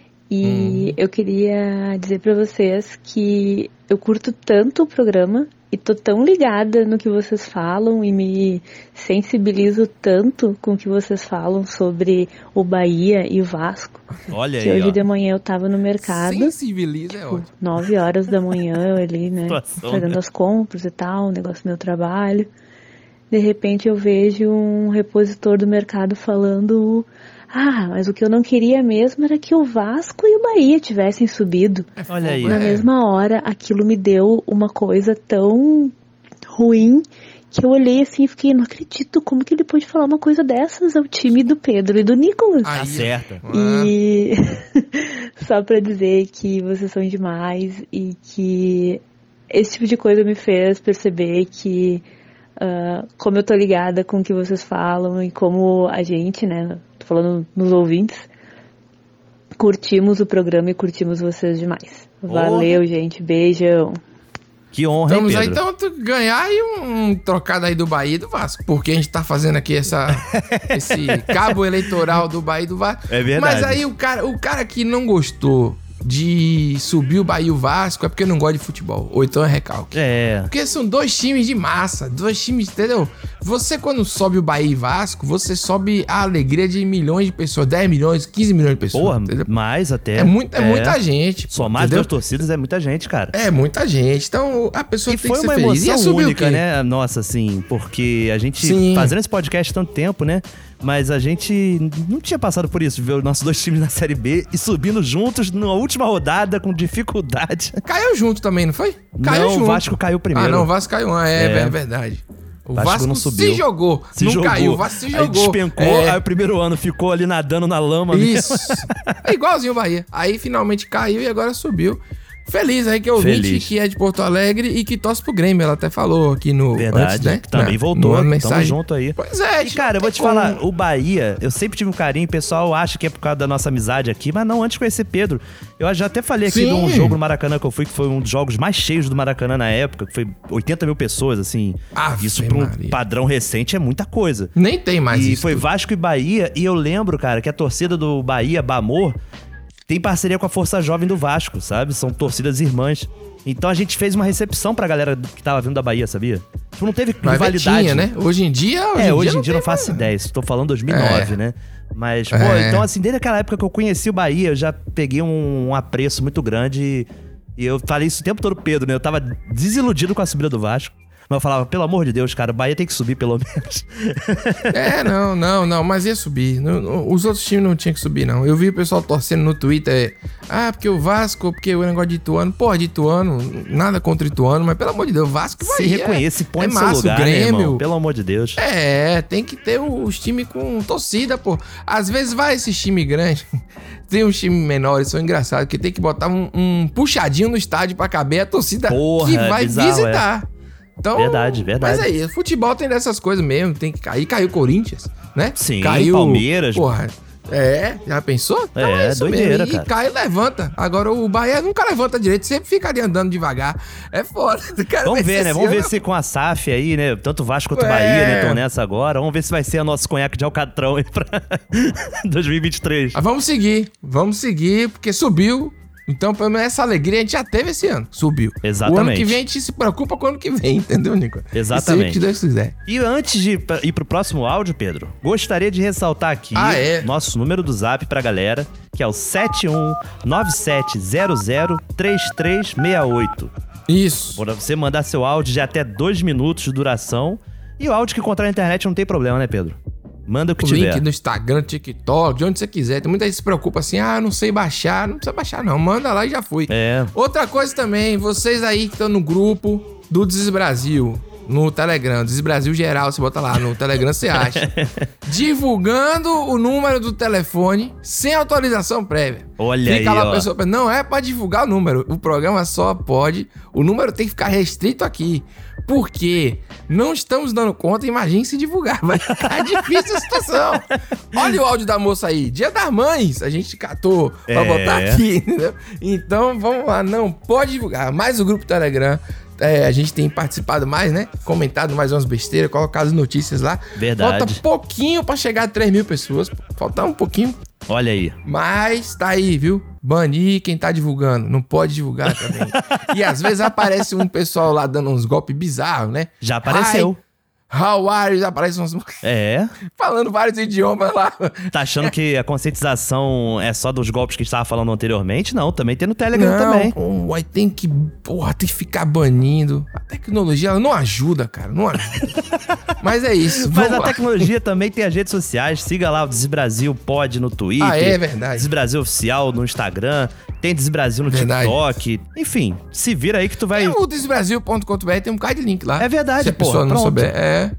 E eu queria dizer pra vocês que eu curto tanto o programa e tô tão ligada no que vocês falam e me sensibilizo tanto com o que vocês falam sobre o Bahia e o Vasco. Olha que aí, hoje de manhã eu tava no mercado. Sensibiliza é ótimo. 9 horas da manhã eu ali, né, fazendo as compras e tal, o negócio do meu trabalho. De repente eu vejo um repositor do mercado falando... mas o que eu não queria mesmo era que o Vasco e o Bahia tivessem subido. Olha aí. Na mesma hora, aquilo me deu uma coisa tão ruim que eu olhei assim e fiquei, não acredito, como que ele pode falar uma coisa dessas ao time do Pedro e do Nicolas? Tá certo. E só pra dizer que vocês são demais e que esse tipo de coisa me fez perceber que como eu tô ligada com o que vocês falam e como a gente, né, tô falando nos ouvintes, curtimos o programa e curtimos vocês demais. Valeu, gente. Beijão. Que honra, Estamos hein, aí, Pedro? então, ganhar aí um trocado aí do Bahia e do Vasco. Porque a gente tá fazendo aqui esse cabo eleitoral do Bahia e do Vasco. É verdade. Mas aí o cara que não gostou de subir o Bahia e o Vasco é porque não gosta de futebol. Ou então é recalque. Porque são 2 times de massa. 2 times, entendeu? Você, quando sobe o Bahia e Vasco, você sobe a alegria de milhões de pessoas. 10 milhões, 15 milhões de pessoas. Porra, entendeu? mais até. É muita gente. Só mais 2 torcidas é muita gente, cara. É muita gente. Então, a pessoa tem que ser feliz. E foi uma emoção única, o quê? né? Nossa, assim, porque a gente fazendo esse podcast há tanto tempo, né? Mas a gente não tinha passado por isso, ver os nossos 2 times na Série B e subindo juntos na última rodada com dificuldade. Caiu junto também, não foi? Caiu junto. O Vasco caiu primeiro. O Vasco caiu. É verdade. O Vasco não subiu. Se jogou. Caiu, o Vasco se jogou. Aí despencou, aí o primeiro ano ficou ali nadando na lama. Isso. É igualzinho o Bahia. Aí finalmente caiu e agora subiu. Feliz aí que é ouvinte, que é de Porto Alegre e que torce pro Grêmio. Ela até falou aqui no... Verdade, antes, né? Também voltou, tamo junto aí. Pois é. E cara, eu vou te falar, o Bahia, eu sempre tive um carinho, o pessoal acha que é por causa da nossa amizade aqui, mas não, antes de conhecer Pedro. Eu já até falei aqui de um jogo no Maracanã que eu fui, que foi um dos jogos mais cheios do Maracanã na época, que foi 80 mil pessoas, assim. Isso pra um padrão recente é muita coisa. Nem tem mais isso. E foi Vasco e Bahia, e eu lembro, cara, que a torcida do Bahia, Bamor, tem parceria com a Força Jovem do Vasco, sabe? São torcidas irmãs. Então a gente fez uma recepção pra galera que tava vindo da Bahia, sabia? Tipo, não teve rivalidade. Tinha, né? Hoje em dia não faço ideia. Tô falando 2009, né? Mas, pô, então assim, desde aquela época que eu conheci o Bahia, eu já peguei um apreço muito grande. E eu falei isso o tempo todo pro Pedro, né? Eu tava desiludido com a subida do Vasco. Mas eu falava, pelo amor de Deus, cara, o Bahia tem que subir pelo menos. Não, mas ia subir. Os outros times não tinham que subir, não. Eu vi o pessoal torcendo no Twitter, porque o Vasco, porque o negócio de Ituano. Porra, de Ituano, nada contra Ituano, mas pelo amor de Deus, o Vasco vai. Se reconhece, põe no seu lugar, o Grêmio, né, irmão? Pelo amor de Deus. Tem que ter os times com torcida, pô. Às vezes vai esses times grandes, tem uns times menores, são engraçados, que tem que botar um puxadinho no estádio pra caber a torcida que vai visitar. Então, verdade. Mas aí, futebol tem dessas coisas mesmo, tem que cair. Caiu o Corinthians, né? Sim, caiu Palmeiras. Porra, já pensou? Então é isso doideira, mesmo. E cai e levanta. Agora o Bahia nunca levanta direito, sempre fica ali andando devagar. É foda. Vamos ver, né? Vamos ver se com a SAF aí, né? Tanto o Vasco quanto o Bahia, né? Estão nessa agora. Vamos ver se vai ser a nosso conhaque de Alcatrão aí pra 2023. Vamos seguir, porque subiu. Então, pelo menos essa alegria a gente já teve esse ano. Subiu. Exatamente. O ano que vem a gente se preocupa com o ano que vem, entendeu, Nico? Exatamente. Isso aí que Deus quiser. E antes de ir pro próximo áudio, Pedro, gostaria de ressaltar aqui nosso número do Zap pra galera, que é o 7197003368. Isso. Pra você mandar seu áudio de até 2 minutos de duração. E o áudio que encontrar na internet não tem problema, né, Pedro? Manda o que tiver. Link no Instagram, TikTok, de onde você quiser. Tem muita gente que se preocupa assim, não sei baixar. Não precisa baixar não, manda lá e já foi. Outra coisa também, vocês aí que estão no grupo do Desbrasil, no Telegram, Desbrasil geral, você bota lá, no Telegram você acha. Divulgando o número do telefone sem autorização prévia. Olha Fica aí, lá a pessoa, não é pra divulgar o número, o programa só pode, o número tem que ficar restrito aqui. Porque não estamos dando conta, imagine se divulgar, vai ficar difícil a situação. Olha o áudio da moça aí, Dia das Mães, a gente catou pra botar aqui, entendeu? Então, vamos lá, não pode divulgar, mais o grupo Telegram, a gente tem participado mais, né? Comentado mais umas besteiras, colocado as notícias lá. Verdade. Falta pouquinho pra chegar a 3 mil pessoas, falta um pouquinho. Olha aí. Mas tá aí, viu? Banir quem tá divulgando. Não pode divulgar também. E às vezes aparece um pessoal lá dando uns golpes bizarros, né? Já apareceu. How are you? Aparece uns... falando vários idiomas lá. Tá achando que a conscientização é só dos golpes que a gente tava falando anteriormente? Não, também tem no Telegram também. Aí tem que ficar banindo. A tecnologia, ela não ajuda, cara. Não ajuda. Mas é isso. Mas a tecnologia também tem as redes sociais. Siga lá o Desbrasil Pod no Twitter. É verdade. Desbrasil Oficial no Instagram. Tem Desbrasil no TikTok. Enfim, se vira aí que tu vai... Tem o desbrasil.com.br, tem um bocado de link lá. É verdade, se a pessoa não souber.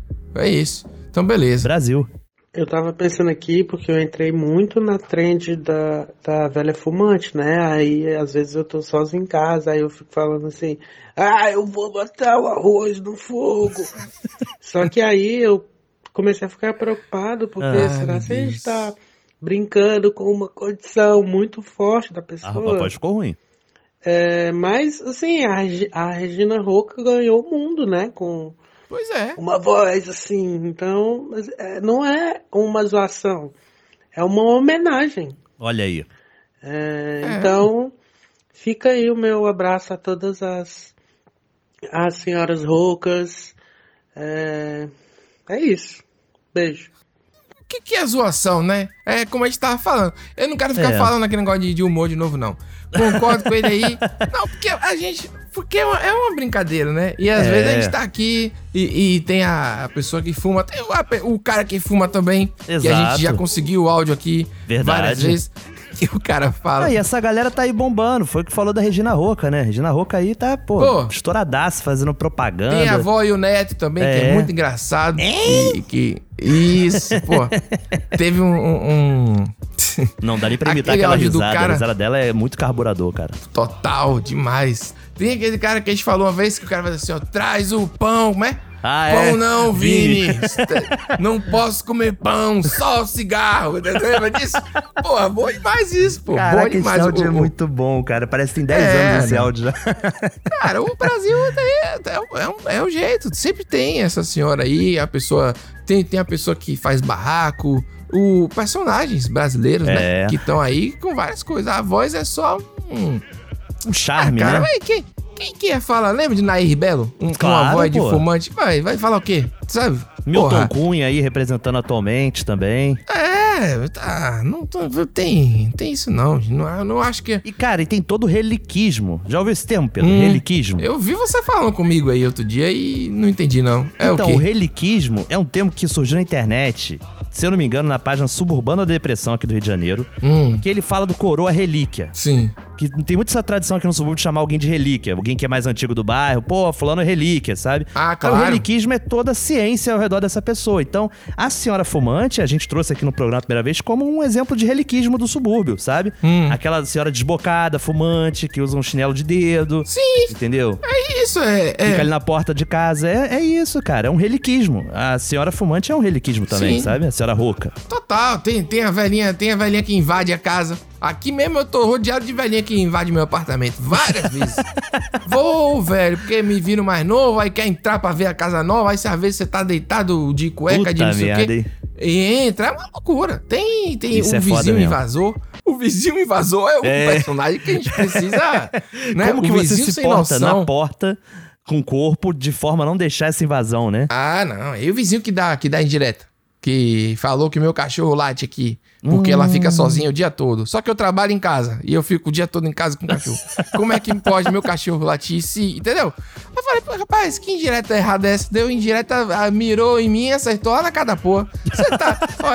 É isso. Então, beleza. Brasil. Eu tava pensando aqui porque eu entrei muito na trend da velha fumante, né? Aí, às vezes, eu tô sozinho em casa, aí eu fico falando assim, eu vou botar o arroz no fogo. Só que aí eu comecei a ficar preocupado, porque será que a gente tá brincando com uma condição muito forte da pessoa? A roupa pode ficar ruim. Mas, assim, a Regina Roca ganhou o mundo, né? Com Pois é. Uma voz assim, então não é uma zoação, é uma homenagem. Olha aí. Então, fica aí o meu abraço a todas as senhoras roucas. É isso. Beijo. O que é zoação, né? É como a gente tava falando. Eu não quero ficar falando aquele negócio de humor de novo, não. Concordo com ele aí. Não, porque a gente... Porque é uma brincadeira, né? E às vezes a gente tá aqui e tem a pessoa que fuma. Tem o cara que fuma também. Exato. E a gente já conseguiu o áudio aqui várias vezes. E o cara fala... E essa galera tá aí bombando. Foi o que falou da Regina Roca, né? Regina Roca aí tá, estouradaça, fazendo propaganda. Tem a avó e o neto também, que é muito engraçado. Isso, pô. Teve Não dá nem pra imitar aquela risada. A risada dela é muito carburador, cara. Total, demais. Tem aquele cara que a gente falou uma vez que o cara vai dizer assim, ó, traz o pão, como é? Pão não, Vini. Não posso comer pão, só cigarro. Lembra disso? Porra, bom demais isso, pô. Caraca, bom demais. Esse áudio é muito bom, cara. Parece que tem 10 anos esse áudio já. Cara, o Brasil é o jeito. Sempre tem essa senhora aí, a pessoa... Tem a pessoa que faz barraco, personagens brasileiros, né? Que estão aí com várias coisas. A voz é só um charme, cara, né? Quem que fala? Lembra de Nair Belo? Claro, uma voz de fumante. Vai falar o quê? Sabe? Milton Cunha aí representando atualmente também. Não tem isso não. Não acho que... E cara, e tem todo o reliquismo. Já ouviu esse termo, Pedro? Reliquismo. Eu vi você falando comigo aí outro dia e não entendi não. Então, o reliquismo é um termo que surgiu na internet, se eu não me engano, na página Suburbana da Depressão aqui do Rio de Janeiro, que ele fala do coroa relíquia. Sim. Que tem muita essa tradição aqui no subúrbio de chamar alguém de relíquia. Alguém que é mais antigo do bairro. Pô, fulano é relíquia, sabe? Claro. Então, o reliquismo é toda a ciência ao redor dessa pessoa. Então, a senhora fumante, a gente trouxe aqui no programa a primeira vez como um exemplo de reliquismo do subúrbio, sabe? Aquela senhora desbocada, fumante, que usa um chinelo de dedo. Sim. Entendeu? É isso, Fica ali na porta de casa. É isso, cara. É um reliquismo. A senhora fumante é um reliquismo também, sabe? A senhora rouca. Total. Tem a velhinha que invade a casa. Aqui mesmo eu tô rodeado de velhinha que invade meu apartamento várias vezes. Vou, velho, porque me viram mais novo, aí quer entrar pra ver a casa nova, aí às vezes você tá deitado de cueca, de não sei o quê. E entra, é uma loucura. Tem isso, o vizinho invasor. O vizinho invasor é o personagem que a gente precisa, né? Como que você se porta na porta com o corpo de forma a não deixar essa invasão, né? Não. E o vizinho que dá indireta. Que falou que meu cachorro late aqui, porque ela fica sozinha o dia todo. Só que eu trabalho em casa e eu fico o dia todo em casa com o cachorro. Como é que pode meu cachorro latir se... Entendeu? Eu falei, pô, rapaz, que indireta errada é essa? Deu indireta, mirou em mim e acertou lá na cada porra. Você tá...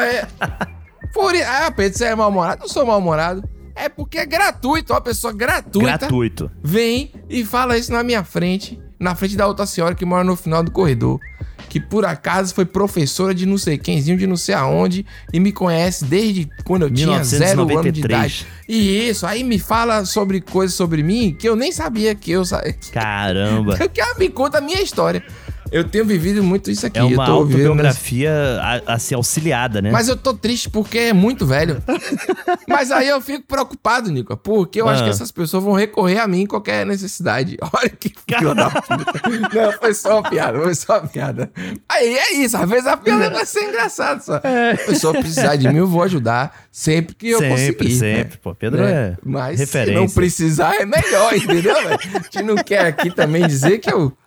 Pedro, você é mal-humorado? Não sou mal-humorado. É porque é gratuito, uma pessoa gratuita vem e fala isso na minha frente, na frente da outra senhora que mora no final do corredor, que por acaso foi professora de não sei quemzinho, de não sei aonde, e me conhece desde quando eu tinha 0 anos de idade. E isso, aí me fala sobre coisas sobre mim que eu nem sabia que eu sabia. Caramba! Que ela me conta a minha história. Eu tenho vivido muito isso aqui. É uma autobiografia assim, auxiliada, né? Mas eu tô triste porque é muito velho. Mas aí eu fico preocupado, Nico, porque eu acho que essas pessoas vão recorrer a mim em qualquer necessidade. Olha que filho da puta. Não, foi só uma piada, Aí é isso, às vezes a piada vai ser engraçada só. A pessoa precisar de mim, eu vou ajudar sempre que eu conseguir. Sempre. Pô, Pedro é Mas referência. Se não precisar, é melhor, entendeu, velho? A gente não quer aqui também dizer que eu...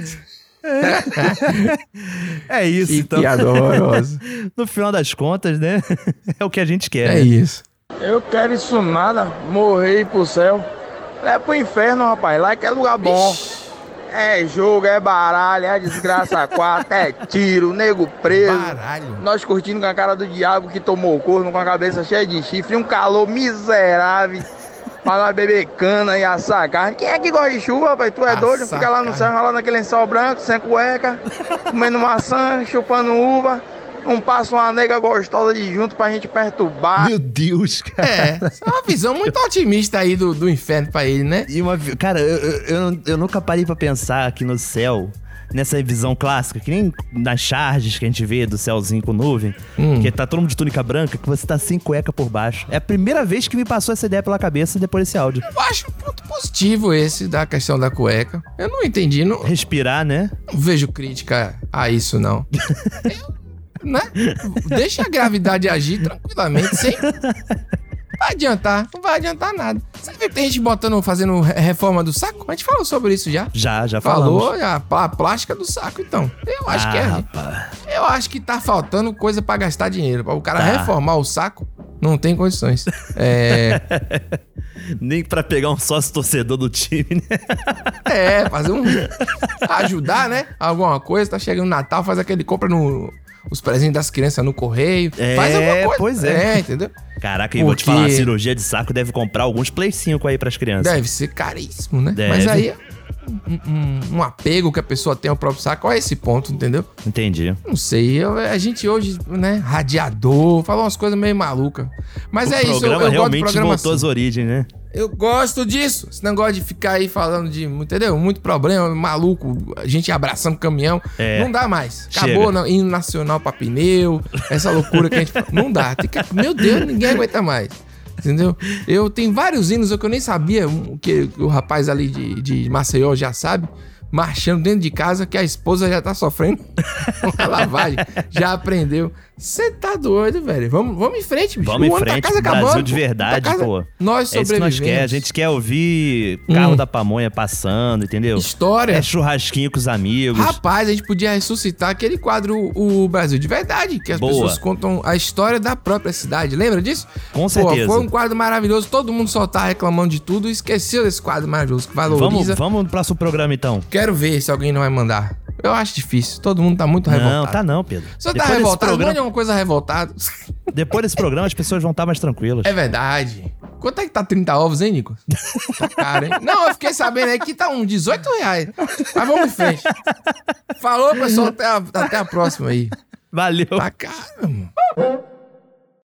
É isso, que então. Piada horrorosa. No final das contas, né? É o que a gente quer. É isso. Eu quero isso nada, morrer e ir pro céu. É pro inferno, rapaz. Lá que é lugar bom. É jogo, é baralho, é desgraça 4, é tiro, nego preso. Baralho. Nós curtindo com a cara do diabo que tomou o corno com a cabeça cheia de chifre, um calor miserável. Pra nós beber cana e assar carne. Quem é que gosta de chuva, rapaz? Tu é doido? Fica lá no céu, lá naquele lençol branco, sem cueca, comendo maçã, chupando uva. Não passa uma nega gostosa de junto pra gente perturbar. Meu Deus, cara. É uma visão muito otimista aí do inferno pra ele, né? Cara, eu nunca parei pra pensar aqui no céu, nessa visão clássica, que nem nas charges que a gente vê do céuzinho com nuvem, que tá todo mundo de túnica branca, que você tá sem cueca por baixo. É a primeira vez que me passou essa ideia pela cabeça depois desse áudio. Eu acho um ponto positivo esse da questão da cueca. Eu não entendi. Não... Respirar, né? Não vejo crítica a isso, não. Né? Deixa a gravidade agir tranquilamente, sem... Não vai adiantar nada. Você vê que tem gente fazendo reforma do saco? A gente falou sobre isso já. Já falamos. Falou a plástica do saco, então. Eu acho que rapaz. Eu acho que tá faltando coisa pra gastar dinheiro. Pra o cara reformar o saco, não tem condições. Nem pra pegar um sócio torcedor do time, né? Fazer ajudar, né? Alguma coisa, tá chegando o Natal, faz aquele compra os presentes das crianças no correio. Faz alguma coisa. Pois é. Entendeu? Caraca, e vou te falar, a cirurgia de saco deve comprar alguns Play 5 aí pras crianças. Deve ser caríssimo, né? Mas aí um apego que a pessoa tem ao próprio saco. Qual é esse ponto, entendeu? Entendi. Não sei, a gente hoje, né, radiador, fala umas coisas meio malucas. Mas é isso, eu gosto realmente do programa voltou assim. às origens, né? Eu gosto disso. Esse negócio de ficar aí falando de, entendeu? Muito problema, maluco, a gente abraçando caminhão. Não dá mais. Acabou hino nacional pra pneu, essa loucura que a gente fala. Não dá. Meu Deus, ninguém aguenta mais. Entendeu? Eu tenho vários hinos que eu nem sabia, que o rapaz ali de Maceió já sabe, marchando dentro de casa, que a esposa já tá sofrendo uma lavagem, já aprendeu. Você tá doido, velho. Vamos em frente, bicho. Vamos em frente, tá Brasil acabando, de verdade, pô. Nós sobrevivemos. É isso que nós quer. A gente quer ouvir carro da pamonha passando, entendeu? História. É churrasquinho com os amigos. Rapaz, a gente podia ressuscitar aquele quadro, o Brasil de verdade, que as pessoas contam a história da própria cidade. Lembra disso? Com certeza. Foi um quadro maravilhoso. Todo mundo só tá reclamando de tudo e esqueceu desse quadro maravilhoso que valoriza. Vamos no próximo programa, então. Quero ver se alguém não vai mandar. Eu acho difícil. Todo mundo tá muito revoltado. Não, tá não, Pedro. Você tá revoltado? Mande uma coisa revoltada. Depois desse programa, as pessoas vão estar mais tranquilas. É verdade. Quanto é que tá 30 ovos, hein, Nico? Tá caro, hein? Não, eu fiquei sabendo aí que tá uns R$18. Mas vamos em frente. Falou, pessoal. Até a próxima aí. Valeu. Tá caro, mano.